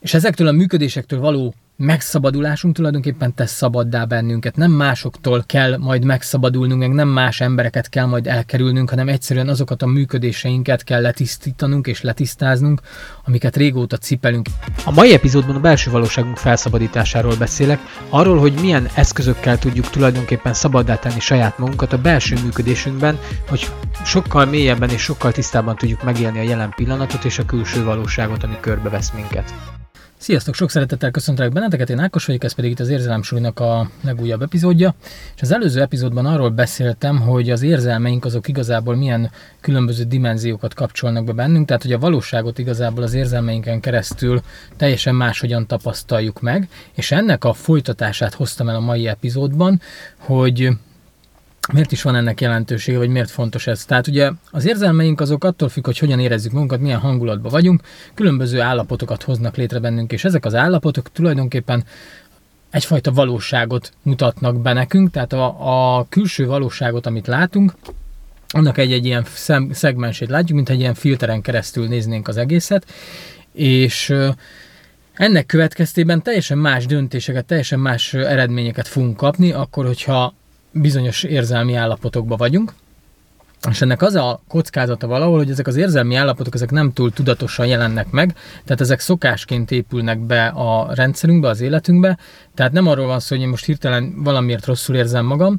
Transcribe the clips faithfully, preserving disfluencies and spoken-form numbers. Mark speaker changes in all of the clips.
Speaker 1: És ezektől a működésektől való megszabadulásunk tulajdonképpen tesz szabaddá bennünket. Nem másoktól kell majd megszabadulnunk, meg nem más embereket kell majd elkerülnünk, hanem egyszerűen azokat a működéseinket kell letisztítanunk és letisztáznunk, amiket régóta cipelünk.
Speaker 2: A mai epizódban a belső valóságunk felszabadításáról beszélek, arról, hogy milyen eszközökkel tudjuk tulajdonképpen szabaddá tenni saját magunkat a belső működésünkben, hogy sokkal mélyebben és sokkal tisztábban tudjuk megélni a jelen pillanatot és a külső valóságot, ami körbevesz minket.
Speaker 1: Sziasztok! Sok szeretettel köszöntelek benneteket, én Ákos vagyok, ez pedig itt az Érzelemsulinak a legújabb epizódja. És az előző epizódban arról beszéltem, hogy az érzelmeink azok igazából milyen különböző dimenziókat kapcsolnak be bennünk, tehát hogy a valóságot igazából az érzelmeinken keresztül teljesen máshogyan tapasztaljuk meg, és ennek a folytatását hoztam el a mai epizódban, hogy miért is van ennek jelentősége, vagy miért fontos ez? Tehát ugye az érzelmeink azok attól függ, hogy hogyan érezzük magunkat, milyen hangulatban vagyunk, különböző állapotokat hoznak létre bennünk, és ezek az állapotok tulajdonképpen egyfajta valóságot mutatnak be nekünk, tehát a, a külső valóságot, amit látunk, annak egy-egy ilyen szem, szegmensét látjuk, mint egy ilyen filteren keresztül néznénk az egészet, és ennek következtében teljesen más döntéseket, teljesen más eredményeket fogunk kapni, akkor, hogyha bizonyos érzelmi állapotokban vagyunk, és ennek az a kockázata valahol, hogy ezek az érzelmi állapotok ezek nem túl tudatosan jelennek meg, tehát ezek szokásként épülnek be a rendszerünkbe, az életünkbe, tehát nem arról van szó, hogy én most hirtelen valamiért rosszul érzem magam,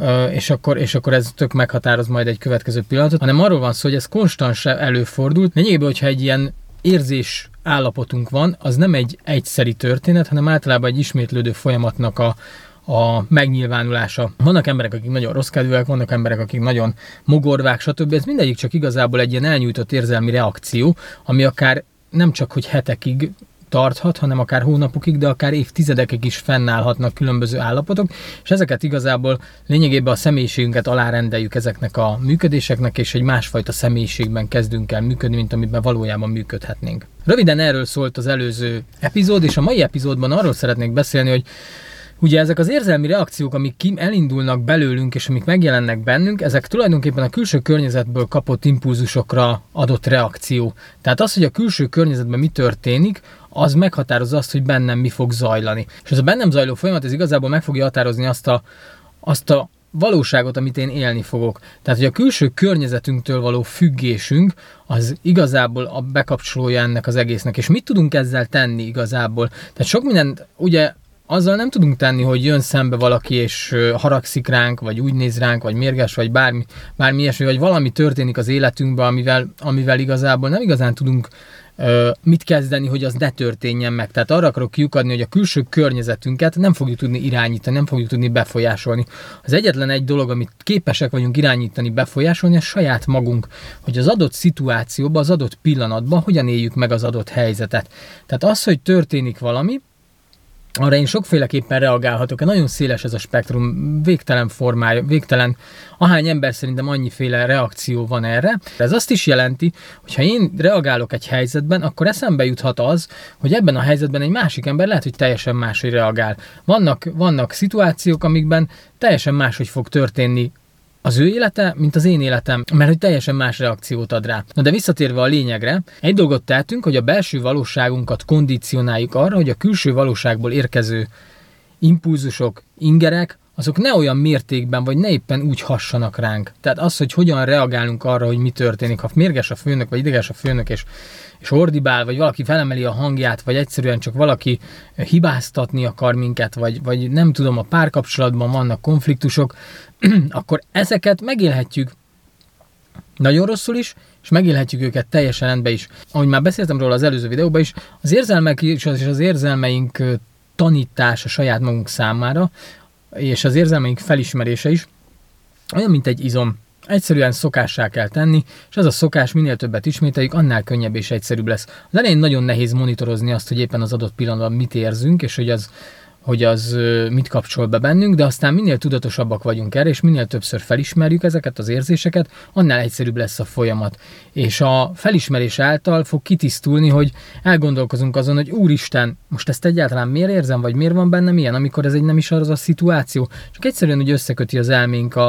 Speaker 1: és akkor, és akkor ez tök meghatároz majd egy következő pillanatot, hanem arról van szó, hogy ez konstans előfordult. Lényegében, hogyha egy ilyen érzés állapotunk van, az nem egy egyszeri történet, hanem általában egy ismétlődő folyamatnak a a megnyilvánulása. Vannak emberek, akik nagyon rosszkedvűek, vannak emberek, akik nagyon mogorvák, stb. Ez mindegyik csak igazából egy ilyen elnyújtott érzelmi reakció, ami akár nem csak, hogy hetekig tarthat, hanem akár hónapokig, de akár évtizedekig is fennállhatnak különböző állapotok, és ezeket igazából lényegében a személyiségünket alárendeljük ezeknek a működéseknek, és egy másfajta személyiségben kezdünk el működni, mint amiben valójában működhetnénk. Röviden erről szólt az előző epizód, és a mai epizódban arról szeretnék beszélni, hogy ugye ezek az érzelmi reakciók, amik ki elindulnak belőlünk, és amik megjelennek bennünk, ezek tulajdonképpen a külső környezetből kapott impulzusokra adott reakció. Tehát az, hogy a külső környezetben mi történik, az meghatározza azt, hogy bennem mi fog zajlani. És ez a bennem zajló folyamat, ez igazából meg fogja határozni azt a, azt a valóságot, amit én élni fogok. Tehát, hogy a külső környezetünktől való függésünk, az igazából a bekapcsolója ennek az egésznek. És mit tudunk ezzel tenni igazából? Tehát sok mindent, ugye, azzal nem tudunk tenni, hogy jön szembe valaki és haragszik ránk, vagy úgy néz ránk, vagy mérges, vagy bármi, bármi ilyesmi, vagy valami történik az életünkben, amivel, amivel igazából nem igazán tudunk uh, mit kezdeni, hogy az ne történjen meg. Tehát arra akarok kiukadni, hogy a külső környezetünket nem fogjuk tudni irányítani, nem fogjuk tudni befolyásolni. Az egyetlen egy dolog, amit képesek vagyunk irányítani, befolyásolni, a saját magunk, hogy az adott szituációban, az adott pillanatban hogyan éljük meg az adott helyzetet. Tehát az, hogy történik valami, arra én sokféleképpen reagálhatok, nagyon széles ez a spektrum, végtelen formája, végtelen, ahány ember szerintem annyiféle reakció van erre. Ez azt is jelenti, hogy ha én reagálok egy helyzetben, akkor eszembe juthat az, hogy ebben a helyzetben egy másik ember lehet, hogy teljesen máshogy reagál. Vannak, vannak szituációk, amikben teljesen máshogy fog történni az ő élete, mint az én életem, mert hogy teljesen más reakciót ad rá. Na de visszatérve a lényegre, egy dolgot tehetünk, hogy a belső valóságunkat kondicionáljuk arra, hogy a külső valóságból érkező impulzusok, ingerek, azok ne olyan mértékben, vagy ne éppen úgy hassanak ránk. Tehát az, hogy hogyan reagálunk arra, hogy mi történik, ha mérges a főnök, vagy ideges a főnök, és, és ordibál, vagy valaki felemeli a hangját, vagy egyszerűen csak valaki hibáztatni akar minket, vagy, vagy nem tudom, a párkapcsolatban vannak konfliktusok, akkor ezeket megélhetjük nagyon rosszul is, és megélhetjük őket teljesen rendben is. Ahogy már beszéltem róla az előző videóban is, az érzelmek és az érzelmeink tanítása saját magunk számára, és az érzelmeink felismerése is olyan, mint egy izom. Egyszerűen szokássá kell tenni, és az a szokás minél többet ismételjük, annál könnyebb és egyszerűbb lesz. Az elején nagyon nehéz monitorozni azt, hogy éppen az adott pillanatban mit érzünk, és hogy az, hogy az mit kapcsol be bennünk, de aztán minél tudatosabbak vagyunk erre, és minél többször felismerjük ezeket az érzéseket, annál egyszerűbb lesz a folyamat. És a felismerés által fog kitisztulni, hogy elgondolkozunk azon, hogy úristen, most ezt egyáltalán miért érzem, vagy miért van bennem ilyen, amikor ez egy nem is az a szituáció. Csak egyszerűen úgy összeköti az elménk a,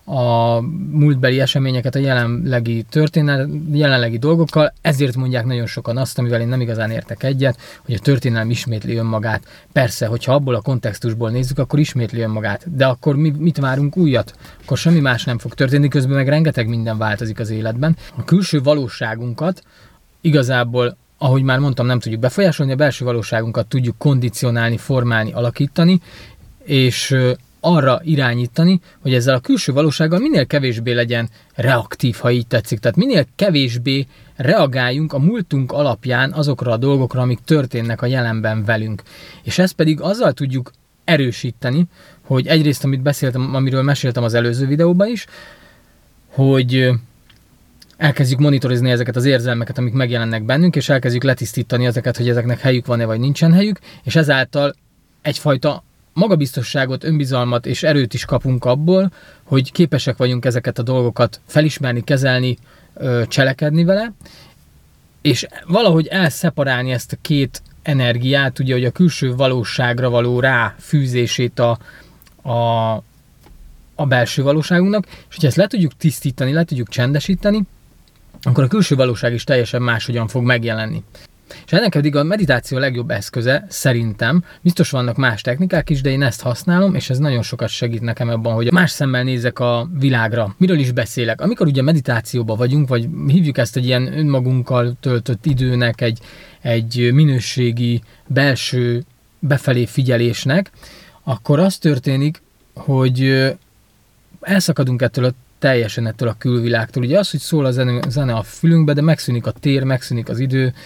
Speaker 1: a múltbeli eseményeket a jelenlegi történelmi, jelenlegi dolgokkal, ezért mondják nagyon sokan azt, amivel én nem igazán értek egyet, hogy a történelem ismétli önmagát. Persze, hogyha abból a kontextusból nézzük, akkor ismétli önmagát, de akkor mi, mit várunk újat? Akkor semmi más nem fog történni, közben meg rengeteg minden változik az életben. A külső valóságunkat igazából, ahogy már mondtam, nem tudjuk befolyásolni, a belső valóságunkat tudjuk kondicionálni, formálni, alakítani, és arra irányítani, hogy ezzel a külső valósággal minél kevésbé legyen reaktív, ha így tetszik. Tehát minél kevésbé reagáljunk a múltunk alapján azokra a dolgokra, amik történnek a jelenben velünk. És ezt pedig azzal tudjuk erősíteni, hogy egyrészt, amit beszéltem, amiről meséltem az előző videóban is, hogy elkezdjük monitorozni ezeket az érzelmeket, amik megjelennek bennünk, és elkezdjük letisztítani ezeket, hogy ezeknek helyük van-e, vagy nincsen helyük, és ezáltal egyfajta magabiztosságot, önbizalmat és erőt is kapunk abból, hogy képesek vagyunk ezeket a dolgokat felismerni, kezelni, cselekedni vele, és valahogy elszeparálni ezt a két energiát, ugye, hogy a külső valóságra való ráfűzését a, a, a belső valóságunknak, és hogyha ezt le tudjuk tisztítani, le tudjuk csendesíteni, akkor a külső valóság is teljesen máshogyan fog megjelenni. És ennek pedig a meditáció a legjobb eszköze, szerintem. Biztos vannak más technikák is, de én ezt használom, és ez nagyon sokat segít nekem abban, hogy más szemmel nézek a világra. Miről is beszélek? Amikor ugye meditációban vagyunk, vagy hívjuk ezt egy ilyen önmagunkkal töltött időnek, egy, egy minőségi, belső, befelé figyelésnek, akkor az történik, hogy elszakadunk ettől a teljesen ettől a külvilágtól. Ugye az, hogy szól a zene, zene a fülünkbe, de megszűnik a tér, megszűnik az idő,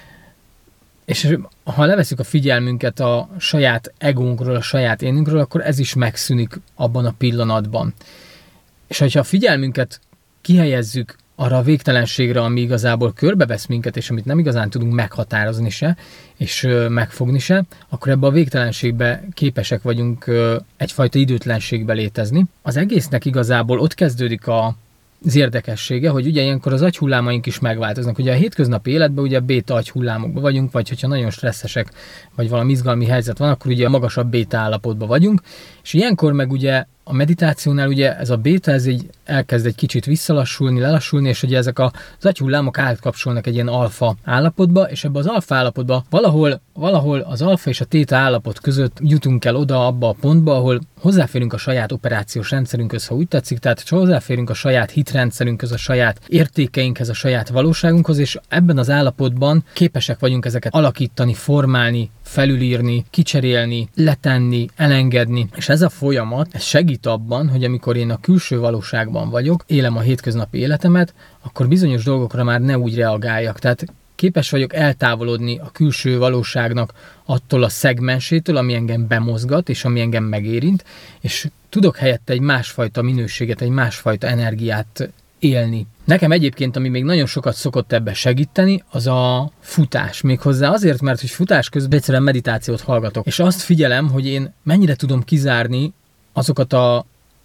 Speaker 1: és ha leveszünk a figyelmünket a saját egónkról, a saját énünkről, akkor ez is megszűnik abban a pillanatban. És hogyha a figyelmünket kihelyezzük arra a végtelenségre, ami igazából körbevesz minket, és amit nem igazán tudunk meghatározni se, és megfogni se, akkor ebbe a végtelenségbe képesek vagyunk egyfajta időtlenségbe létezni. Az egésznek igazából ott kezdődik a az érdekessége, hogy ugye ilyenkor az agyhullámaink is megváltoznak. Ugye a hétköznapi életben ugye béta agyhullámokban vagyunk, vagy hogyha nagyon stresszesek, vagy valami izgalmi helyzet van, akkor ugye a magasabb béta állapotban vagyunk, és ilyenkor meg ugye a meditációnál ugye ez a béta, ez így elkezd egy kicsit visszalassulni, lelassulni, és ugye ezek az agyhullámok átkapcsolnak egy ilyen alfa állapotba, és ebbe az alfa állapotba valahol, valahol az alfa és a téta állapot között jutunk el oda abba a pontba, ahol hozzáférünk a saját operációs rendszerünkhöz, ha úgy tetszik, tehát hozzáférünk a saját hitrendszerünkhöz, a saját értékeinkhez, a saját valóságunkhoz, és ebben az állapotban képesek vagyunk ezeket alakítani, formálni, felülírni, kicserélni, letenni, elengedni, és ez a folyamat, ez segít abban, hogy amikor én a külső valóságban vagyok, élem a hétköznapi életemet, akkor bizonyos dolgokra már ne úgy reagáljak. Tehát képes vagyok eltávolodni a külső valóságnak attól a szegmensétől, ami engem bemozgat, és ami engem megérint, és tudok helyette egy másfajta minőséget, egy másfajta energiát élni. Nekem egyébként, ami még nagyon sokat szokott ebbe segíteni, az a futás. Méghozzá azért, mert hogy futás közben egyszerűen meditációt hallgatok. És azt figyelem, hogy én mennyire tudom kizárni azokat a,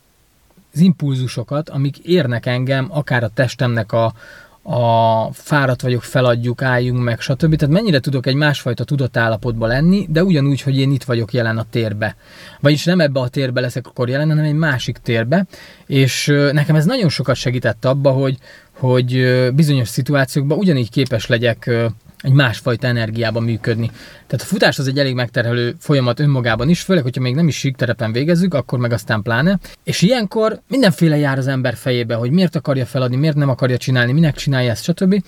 Speaker 1: az impulzusokat, amik érnek engem, akár a testemnek a, a fáradt vagyok, feladjuk, álljunk meg, stb. Tehát mennyire tudok egy másfajta tudatállapotba lenni, de ugyanúgy, hogy én itt vagyok jelen a térbe. Vagyis nem ebbe a térbe leszek akkor jelen, hanem egy másik térbe, és nekem ez nagyon sokat segített abba, hogy, hogy bizonyos szituációkban ugyanígy képes legyek egy másfajta energiában működni. Tehát a futás az egy elég megterhelő folyamat önmagában is, főleg, hogyha még nem is síkterepen végezzük, akkor meg aztán pláne. És ilyenkor mindenféle jár az ember fejébe, hogy miért akarja feladni, miért nem akarja csinálni, minek csinálja ezt, stb.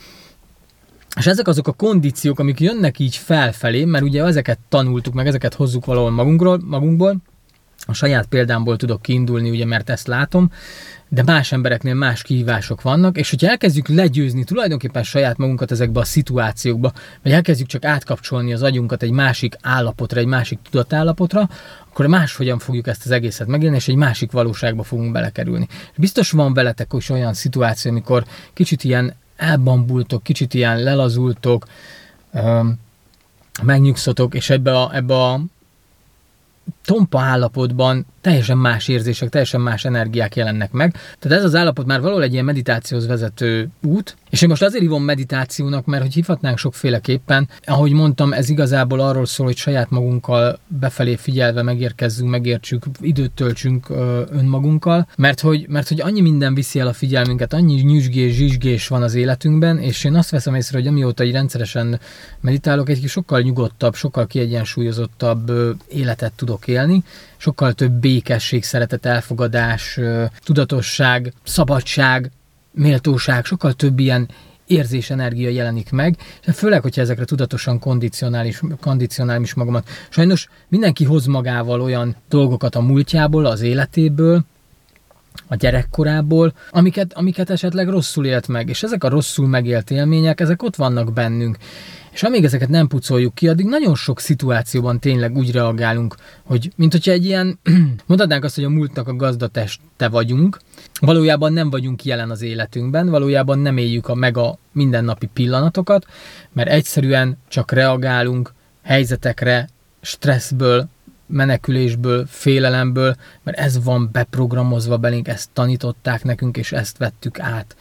Speaker 1: És ezek azok a kondíciók, amik jönnek így felfelé, mert ugye ezeket tanultuk, meg ezeket hozzuk valahol magunkról, magunkból. A saját példámból tudok kiindulni, ugye, mert ezt látom, de más embereknél más kihívások vannak, és hogyha elkezdjük legyőzni tulajdonképpen saját magunkat ezekbe a szituációkba, vagy elkezdjük csak átkapcsolni az agyunkat egy másik állapotra, egy másik tudatállapotra, akkor máshogyan fogjuk ezt az egészet megélni, és egy másik valóságba fogunk belekerülni. És biztos van veletek is olyan szituáció, amikor kicsit ilyen elbambultok, kicsit ilyen lelazultok, megnyugszotok, és ebbe a, ebbe a tompa állapotban teljesen más érzések, teljesen más energiák jelennek meg. Tehát ez az állapot már valahol egy ilyen meditációhoz vezető út, És én most azért hívom meditációnak, mert hogy hívhatnánk sokféleképpen. Ahogy mondtam, ez igazából arról szól, hogy saját magunkkal befelé figyelve megérkezzünk, megértsük, időt töltsünk ö, önmagunkkal, mert hogy, mert hogy annyi minden viszi el a figyelmünket, annyi nyüzsgés, zsizsgés van az életünkben, és én azt veszem észre, hogy amióta így rendszeresen meditálok, egy sokkal nyugodtabb, sokkal kiegyensúlyozottabb ö, életet tudok élni, sokkal több békesség, szeretet, elfogadás, ö, tudatosság, szabadság, méltóság, sokkal több ilyen érzés, energia jelenik meg, és főleg, hogyha ezekre tudatosan kondicionálom is magamat. Sajnos mindenki hoz magával olyan dolgokat a múltjából, az életéből, a gyerekkorából, amiket, amiket esetleg rosszul élt meg, és ezek a rosszul megélt élmények, ezek ott vannak bennünk. És amíg ezeket nem pucoljuk ki, addig nagyon sok szituációban tényleg úgy reagálunk, hogy mint hogyha egy ilyen, mondhatnánk azt, hogy a múltnak a gazdateste vagyunk, valójában nem vagyunk jelen az életünkben, valójában nem éljük a, meg a mindennapi pillanatokat, mert egyszerűen csak reagálunk helyzetekre, stresszből, menekülésből, félelemből, mert ez van beprogramozva belénk, ezt tanították nekünk, és ezt vettük át.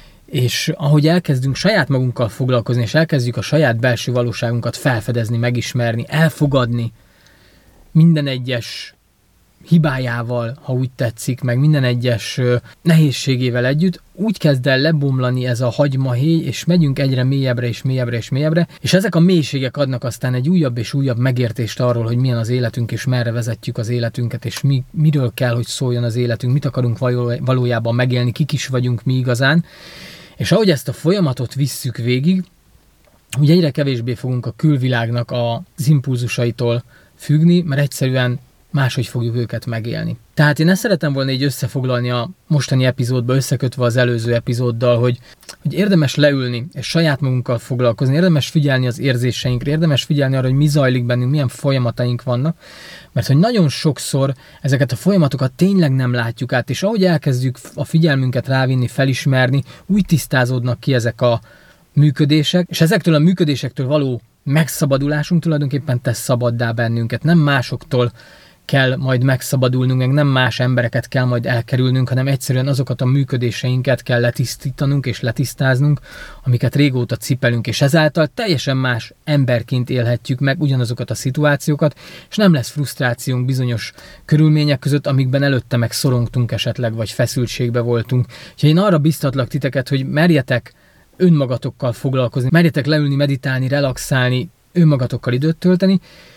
Speaker 1: És ahogy elkezdünk saját magunkkal foglalkozni, és elkezdjük a saját belső valóságunkat felfedezni, megismerni, elfogadni minden egyes hibájával, ha úgy tetszik, meg minden egyes nehézségével együtt, úgy kezd el lebomlani ez a hagymahéj, és megyünk egyre mélyebbre és mélyebbre és mélyebbre, és ezek a mélységek adnak aztán egy újabb és újabb megértést arról, hogy milyen az életünk, és merre vezetjük az életünket, és mi, miről kell, hogy szóljon az életünk, mit akarunk valójában megélni, kik is vagyunk mi igazán. És ahogy ezt a folyamatot visszük végig, ugye egyre kevésbé fogunk a külvilágnak az impulzusaitól függni, mert egyszerűen máshogy fogjuk őket megélni. Tehát én ezt szeretem volna így összefoglalni a mostani epizódba, összekötve az előző epizóddal, hogy, hogy érdemes leülni és saját magunkkal foglalkozni, érdemes figyelni az érzéseinkre, érdemes figyelni arra, hogy mi zajlik bennünk, milyen folyamataink vannak, mert hogy nagyon sokszor ezeket a folyamatokat tényleg nem látjuk át, és ahogy elkezdjük a figyelmünket rávinni, felismerni, úgy tisztázódnak ki ezek a működések, és ezektől a működésektől való megszabadulásunk tulajdonképpen tesz szabaddá bennünket, nem másoktól kell majd megszabadulnunk, meg nem más embereket kell majd elkerülnünk, hanem egyszerűen azokat a működéseinket kell letisztítanunk és letisztáznunk, amiket régóta cipelünk, és ezáltal teljesen más emberként élhetjük meg ugyanazokat a szituációkat, és nem lesz frusztrációnk bizonyos körülmények között, amikben előtte meg szorongtunk esetleg, vagy feszültségbe voltunk. Úgyhogy én arra biztatlak titeket, hogy merjetek önmagatokkal foglalkozni, merjetek leülni, meditálni, relaxálni, önmagatokkal időt tölteni,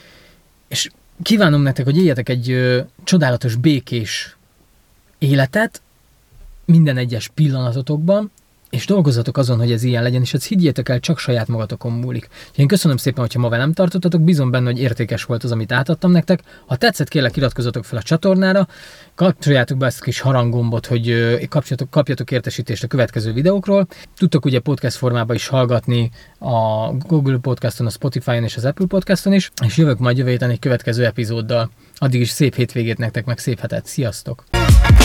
Speaker 1: és kívánom nektek, hogy éljetek egy ö, csodálatos, békés életet minden egyes pillanatotokban, és dolgozzatok azon, hogy ez ilyen legyen, és ezt higgyétek el, csak saját magatokon múlik. Én köszönöm szépen, hogyha ma velem tartottatok, bízom benne, hogy értékes volt az, amit átadtam nektek. Ha tetszett, kérlek, iratkozzatok fel a csatornára, kapcsoljátok be ezt a kis haranggombot, hogy kapjatok, kapjatok értesítést a következő videókról. Tudtok ugye podcast formában is hallgatni a Google Podcaston, a Spotify-on és az Apple Podcaston is, és jövök majd jövő héten egy következő epizóddal. Addig is szép hétvégét nektek, meg szép hetet. Sziasztok!